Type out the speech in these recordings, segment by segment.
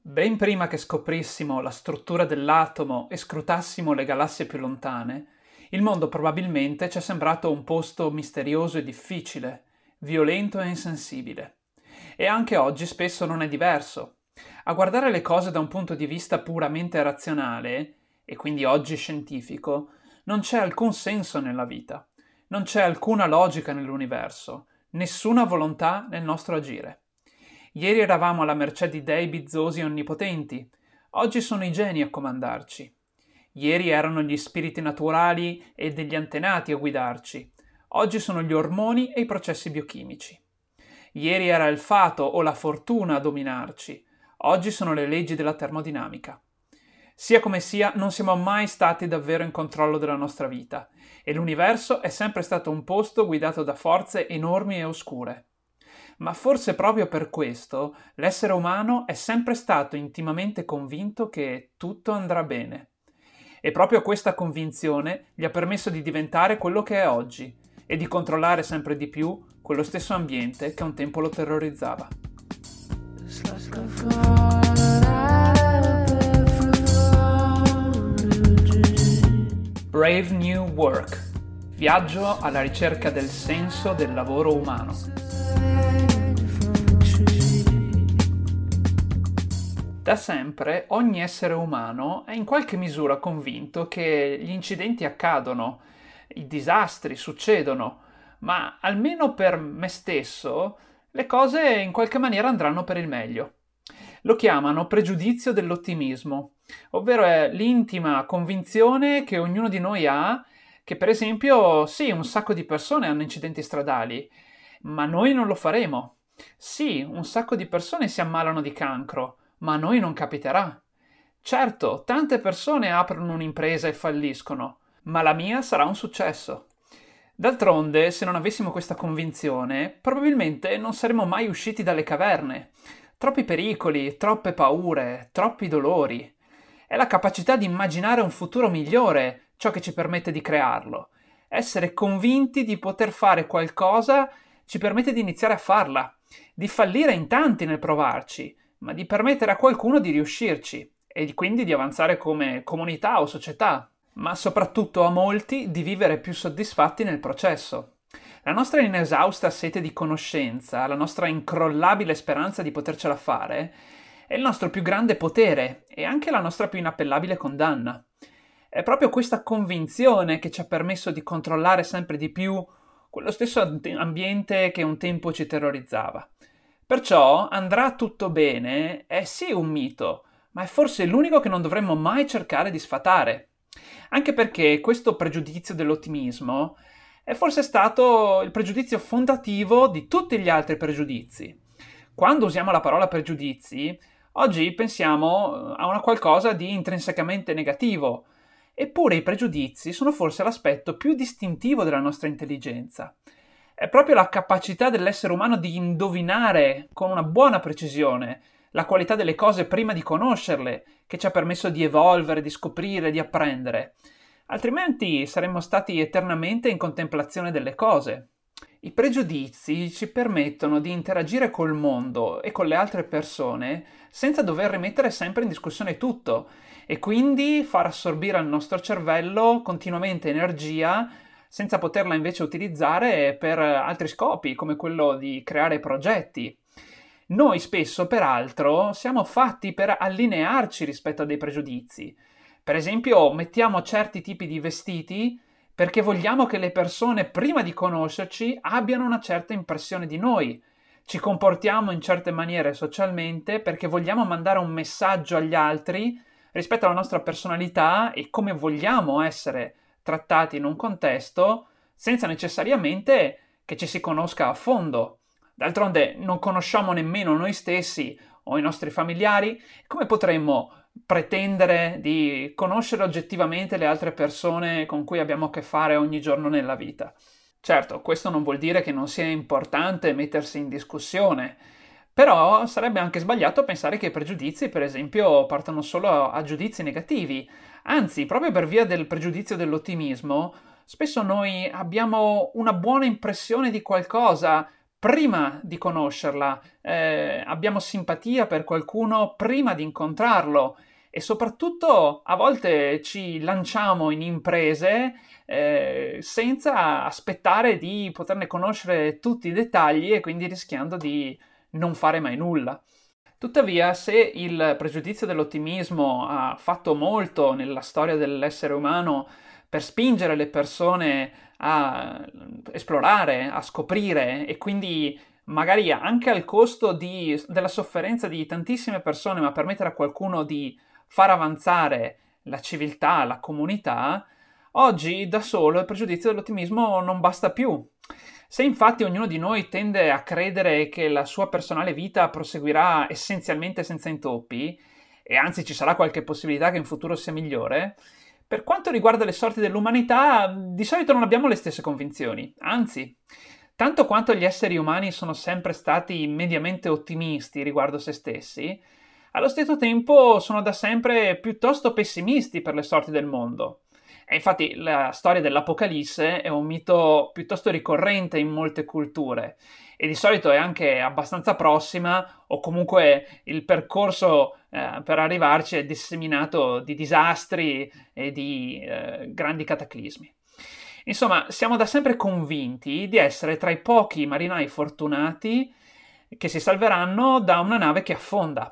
Ben prima che scoprissimo la struttura dell'atomo e scrutassimo le galassie più lontane, il mondo probabilmente ci è sembrato un posto misterioso e difficile, violento e insensibile. E anche oggi spesso non è diverso. A guardare le cose da un punto di vista puramente razionale, e quindi oggi scientifico, non c'è alcun senso nella vita, non c'è alcuna logica nell'universo, nessuna volontà nel nostro agire. Ieri eravamo alla mercé di dei bizzosi e onnipotenti, oggi sono i geni a comandarci. Ieri erano gli spiriti naturali e degli antenati a guidarci, oggi sono gli ormoni e i processi biochimici. Ieri era il fato o la fortuna a dominarci, oggi sono le leggi della termodinamica. Sia come sia, non siamo mai stati davvero in controllo della nostra vita e l'universo è sempre stato un posto guidato da forze enormi e oscure. Ma forse proprio per questo l'essere umano è sempre stato intimamente convinto che tutto andrà bene. E proprio questa convinzione gli ha permesso di diventare quello che è oggi e di controllare sempre di più quello stesso ambiente che un tempo lo terrorizzava. Brave New Work. Viaggio alla ricerca del senso del lavoro umano. Da sempre ogni essere umano è in qualche misura convinto che gli incidenti accadono, i disastri succedono, ma almeno per me stesso le cose in qualche maniera andranno per il meglio. Lo chiamano pregiudizio dell'ottimismo, ovvero è l'intima convinzione che ognuno di noi ha che, per esempio, sì, un sacco di persone hanno incidenti stradali, ma noi non lo faremo. Sì, un sacco di persone si ammalano di cancro, ma a noi non capiterà. Certo, tante persone aprono un'impresa e falliscono, ma la mia sarà un successo. D'altronde, se non avessimo questa convinzione, probabilmente non saremmo mai usciti dalle caverne. Troppi pericoli, troppe paure, troppi dolori. È la capacità di immaginare un futuro migliore ciò che ci permette di crearlo. Essere convinti di poter fare qualcosa ci permette di iniziare a farla, di fallire in tanti nel provarci, ma di permettere a qualcuno di riuscirci e quindi di avanzare come comunità o società, ma soprattutto a molti di vivere più soddisfatti nel processo. La nostra inesausta sete di conoscenza, la nostra incrollabile speranza di potercela fare, è il nostro più grande potere e anche la nostra più inappellabile condanna. È proprio questa convinzione che ci ha permesso di controllare sempre di più quello stesso ambiente che un tempo ci terrorizzava. Perciò andrà tutto bene è sì un mito, ma è forse l'unico che non dovremmo mai cercare di sfatare. Anche perché questo pregiudizio dell'ottimismo è forse stato il pregiudizio fondativo di tutti gli altri pregiudizi. Quando usiamo la parola pregiudizi, oggi pensiamo a una qualcosa di intrinsecamente negativo, eppure i pregiudizi sono forse l'aspetto più distintivo della nostra intelligenza. È proprio la capacità dell'essere umano di indovinare con una buona precisione la qualità delle cose prima di conoscerle che ci ha permesso di evolvere, di scoprire, di apprendere. Altrimenti saremmo stati eternamente in contemplazione delle cose. I pregiudizi ci permettono di interagire col mondo e con le altre persone senza dover rimettere sempre in discussione tutto e quindi far assorbire al nostro cervello continuamente energia senza poterla invece utilizzare per altri scopi, come quello di creare progetti. Noi spesso, peraltro, siamo fatti per allinearci rispetto a dei pregiudizi. Per esempio, mettiamo certi tipi di vestiti perché vogliamo che le persone, prima di conoscerci, abbiano una certa impressione di noi. Ci comportiamo in certe maniere socialmente perché vogliamo mandare un messaggio agli altri rispetto alla nostra personalità e come vogliamo essere trattati in un contesto senza necessariamente che ci si conosca a fondo. D'altronde non conosciamo nemmeno noi stessi o i nostri familiari, come potremmo pretendere di conoscere oggettivamente le altre persone con cui abbiamo a che fare ogni giorno nella vita? Certo, questo non vuol dire che non sia importante mettersi in discussione, però sarebbe anche sbagliato pensare che i pregiudizi, per esempio, partano solo a giudizi negativi. Anzi, proprio per via del pregiudizio dell'ottimismo, spesso noi abbiamo una buona impressione di qualcosa prima di conoscerla, abbiamo simpatia per qualcuno prima di incontrarlo e soprattutto a volte ci lanciamo in imprese senza aspettare di poterne conoscere tutti i dettagli e quindi rischiando di non fare mai nulla. Tuttavia, se il pregiudizio dell'ottimismo ha fatto molto nella storia dell'essere umano per spingere le persone a esplorare, a scoprire e quindi magari anche al costo della sofferenza di tantissime persone, ma permettere a qualcuno di far avanzare la civiltà, la comunità, oggi da solo il pregiudizio dell'ottimismo non basta più. Se infatti ognuno di noi tende a credere che la sua personale vita proseguirà essenzialmente senza intoppi, e anzi ci sarà qualche possibilità che in futuro sia migliore, per quanto riguarda le sorti dell'umanità, di solito non abbiamo le stesse convinzioni, anzi, tanto quanto gli esseri umani sono sempre stati mediamente ottimisti riguardo se stessi, allo stesso tempo sono da sempre piuttosto pessimisti per le sorti del mondo. E infatti la storia dell'Apocalisse è un mito piuttosto ricorrente in molte culture e di solito è anche abbastanza prossima o comunque il percorso per arrivarci è disseminato di disastri e di grandi cataclismi. Insomma, siamo da sempre convinti di essere tra i pochi marinai fortunati che si salveranno da una nave che affonda.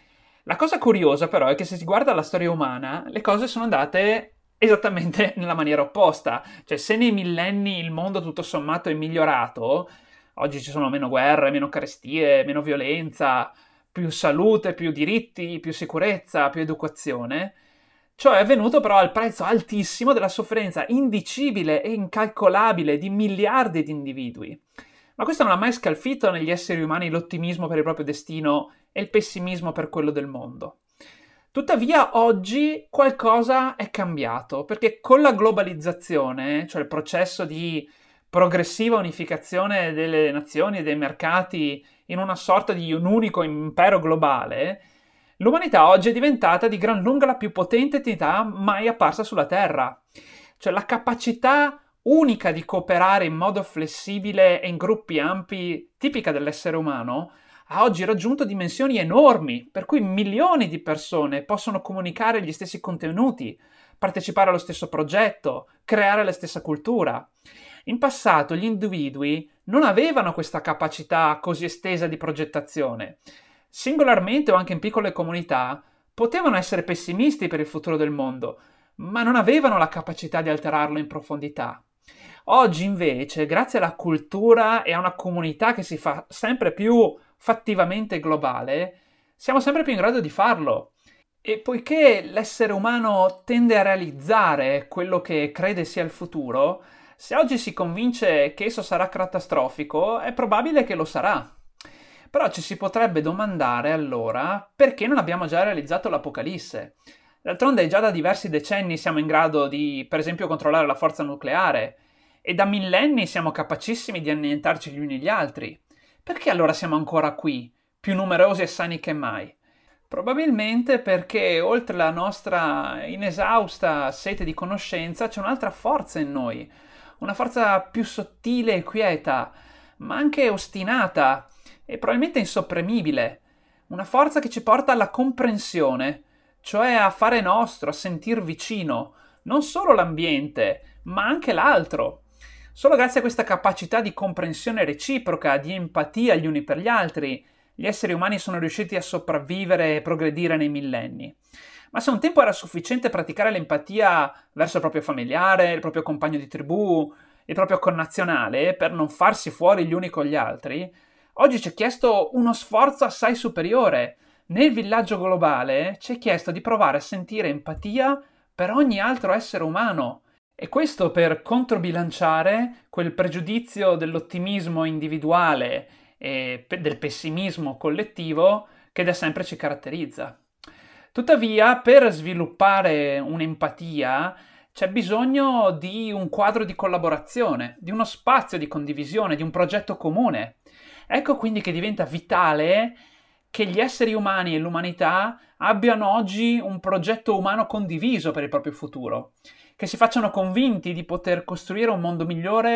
La cosa curiosa però è che se si guarda la storia umana, le cose sono andate esattamente nella maniera opposta. Cioè, se nei millenni il mondo tutto sommato è migliorato, oggi ci sono meno guerre, meno carestie, meno violenza, più salute, più diritti, più sicurezza, più educazione. Ciò è avvenuto però al prezzo altissimo della sofferenza indicibile e incalcolabile di miliardi di individui. Ma questo non ha mai scalfito negli esseri umani l'ottimismo per il proprio destino e il pessimismo per quello del mondo. Tuttavia oggi qualcosa è cambiato, perché con la globalizzazione, cioè il processo di progressiva unificazione delle nazioni e dei mercati in una sorta di un unico impero globale, l'umanità oggi è diventata di gran lunga la più potente entità mai apparsa sulla Terra. Cioè la capacità unica di cooperare in modo flessibile e in gruppi ampi, tipica dell'essere umano, ha oggi raggiunto dimensioni enormi, per cui milioni di persone possono comunicare gli stessi contenuti, partecipare allo stesso progetto, creare la stessa cultura. In passato gli individui non avevano questa capacità così estesa di progettazione. Singolarmente o anche in piccole comunità potevano essere pessimisti per il futuro del mondo, ma non avevano la capacità di alterarlo in profondità. Oggi invece, grazie alla cultura e a una comunità che si fa sempre più fattivamente globale, siamo sempre più in grado di farlo. E poiché l'essere umano tende a realizzare quello che crede sia il futuro, se oggi si convince che esso sarà catastrofico, è probabile che lo sarà. Però ci si potrebbe domandare allora perché non abbiamo già realizzato l'Apocalisse. D'altronde già da diversi decenni siamo in grado di, per esempio, controllare la forza nucleare e da millenni siamo capacissimi di annientarci gli uni gli altri. Perché allora siamo ancora qui, più numerosi e sani che mai? Probabilmente perché oltre la nostra inesausta sete di conoscenza c'è un'altra forza in noi, una forza più sottile e quieta, ma anche ostinata e probabilmente insopprimibile, una forza che ci porta alla comprensione, cioè a fare nostro, a sentir vicino, non solo l'ambiente, ma anche l'altro. Solo grazie a questa capacità di comprensione reciproca, di empatia gli uni per gli altri, gli esseri umani sono riusciti a sopravvivere e progredire nei millenni. Ma se un tempo era sufficiente praticare l'empatia verso il proprio familiare, il proprio compagno di tribù, il proprio connazionale, per non farsi fuori gli uni con gli altri, oggi ci è chiesto uno sforzo assai superiore. Nel villaggio globale ci è chiesto di provare a sentire empatia per ogni altro essere umano. E questo per controbilanciare quel pregiudizio dell'ottimismo individuale e del pessimismo collettivo che da sempre ci caratterizza. Tuttavia, per sviluppare un'empatia c'è bisogno di un quadro di collaborazione, di uno spazio di condivisione, di un progetto comune. Ecco quindi che diventa vitale che gli esseri umani e l'umanità abbiano oggi un progetto umano condiviso per il proprio futuro, che si facciano convinti di poter costruire un mondo migliore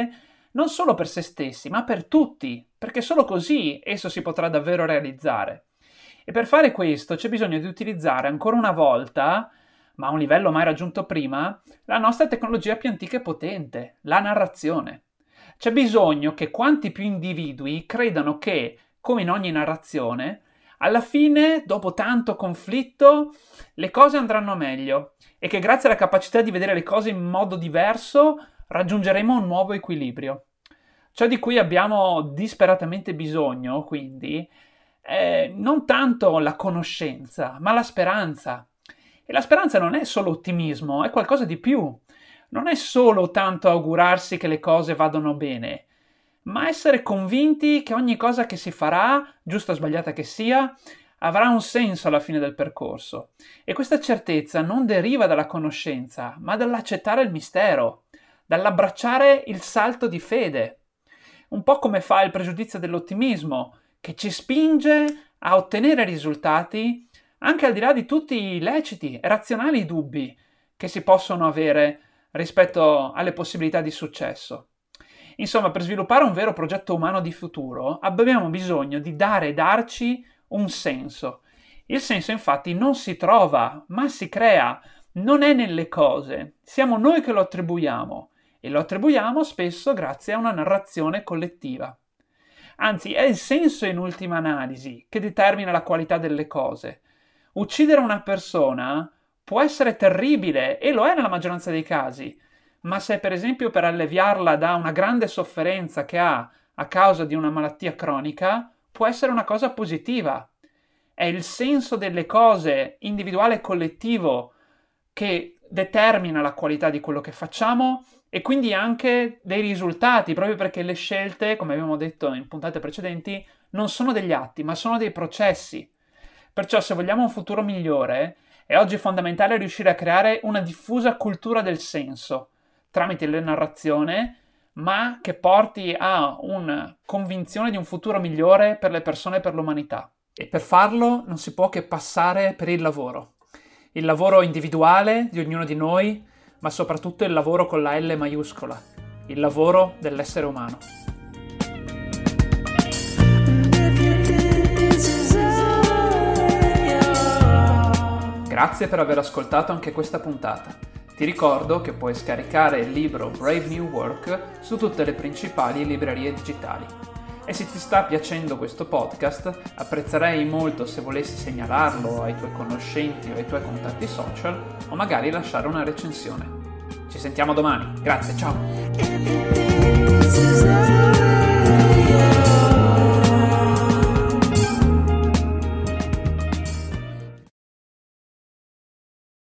non solo per se stessi, ma per tutti, perché solo così esso si potrà davvero realizzare. E per fare questo c'è bisogno di utilizzare ancora una volta, ma a un livello mai raggiunto prima, la nostra tecnologia più antica e potente, la narrazione. C'è bisogno che quanti più individui credano che, come in ogni narrazione, alla fine, dopo tanto conflitto, le cose andranno meglio e che grazie alla capacità di vedere le cose in modo diverso raggiungeremo un nuovo equilibrio. Ciò di cui abbiamo disperatamente bisogno, quindi, è non tanto la conoscenza, ma la speranza. E la speranza non è solo ottimismo, è qualcosa di più. Non è solo tanto augurarsi che le cose vadano bene, ma essere convinti che ogni cosa che si farà, giusta o sbagliata che sia, avrà un senso alla fine del percorso. E questa certezza non deriva dalla conoscenza, ma dall'accettare il mistero, dall'abbracciare il salto di fede. Un po' come fa il pregiudizio dell'ottimismo, che ci spinge a ottenere risultati anche al di là di tutti i leciti e razionali dubbi che si possono avere rispetto alle possibilità di successo. Insomma, per sviluppare un vero progetto umano di futuro abbiamo bisogno di dare e darci un senso. Il senso infatti non si trova, ma si crea, non è nelle cose, siamo noi che lo attribuiamo e lo attribuiamo spesso grazie a una narrazione collettiva. Anzi, è il senso in ultima analisi che determina la qualità delle cose. Uccidere una persona può essere terribile e lo è nella maggioranza dei casi, ma se per esempio per alleviarla da una grande sofferenza che ha a causa di una malattia cronica, può essere una cosa positiva. È il senso delle cose, individuale e collettivo, che determina la qualità di quello che facciamo e quindi anche dei risultati, proprio perché le scelte, come abbiamo detto in puntate precedenti, non sono degli atti, ma sono dei processi. Perciò se vogliamo un futuro migliore, è oggi fondamentale riuscire a creare una diffusa cultura del senso, tramite la narrazione, ma che porti a una convinzione di un futuro migliore per le persone e per l'umanità. E per farlo non si può che passare per il lavoro individuale di ognuno di noi, ma soprattutto il lavoro con la L maiuscola, il lavoro dell'essere umano. Grazie per aver ascoltato anche questa puntata. Ti ricordo che puoi scaricare il libro Brave New Work su tutte le principali librerie digitali. E se ti sta piacendo questo podcast, apprezzerei molto se volessi segnalarlo ai tuoi conoscenti o ai tuoi contatti social o magari lasciare una recensione. Ci sentiamo domani. Grazie, ciao!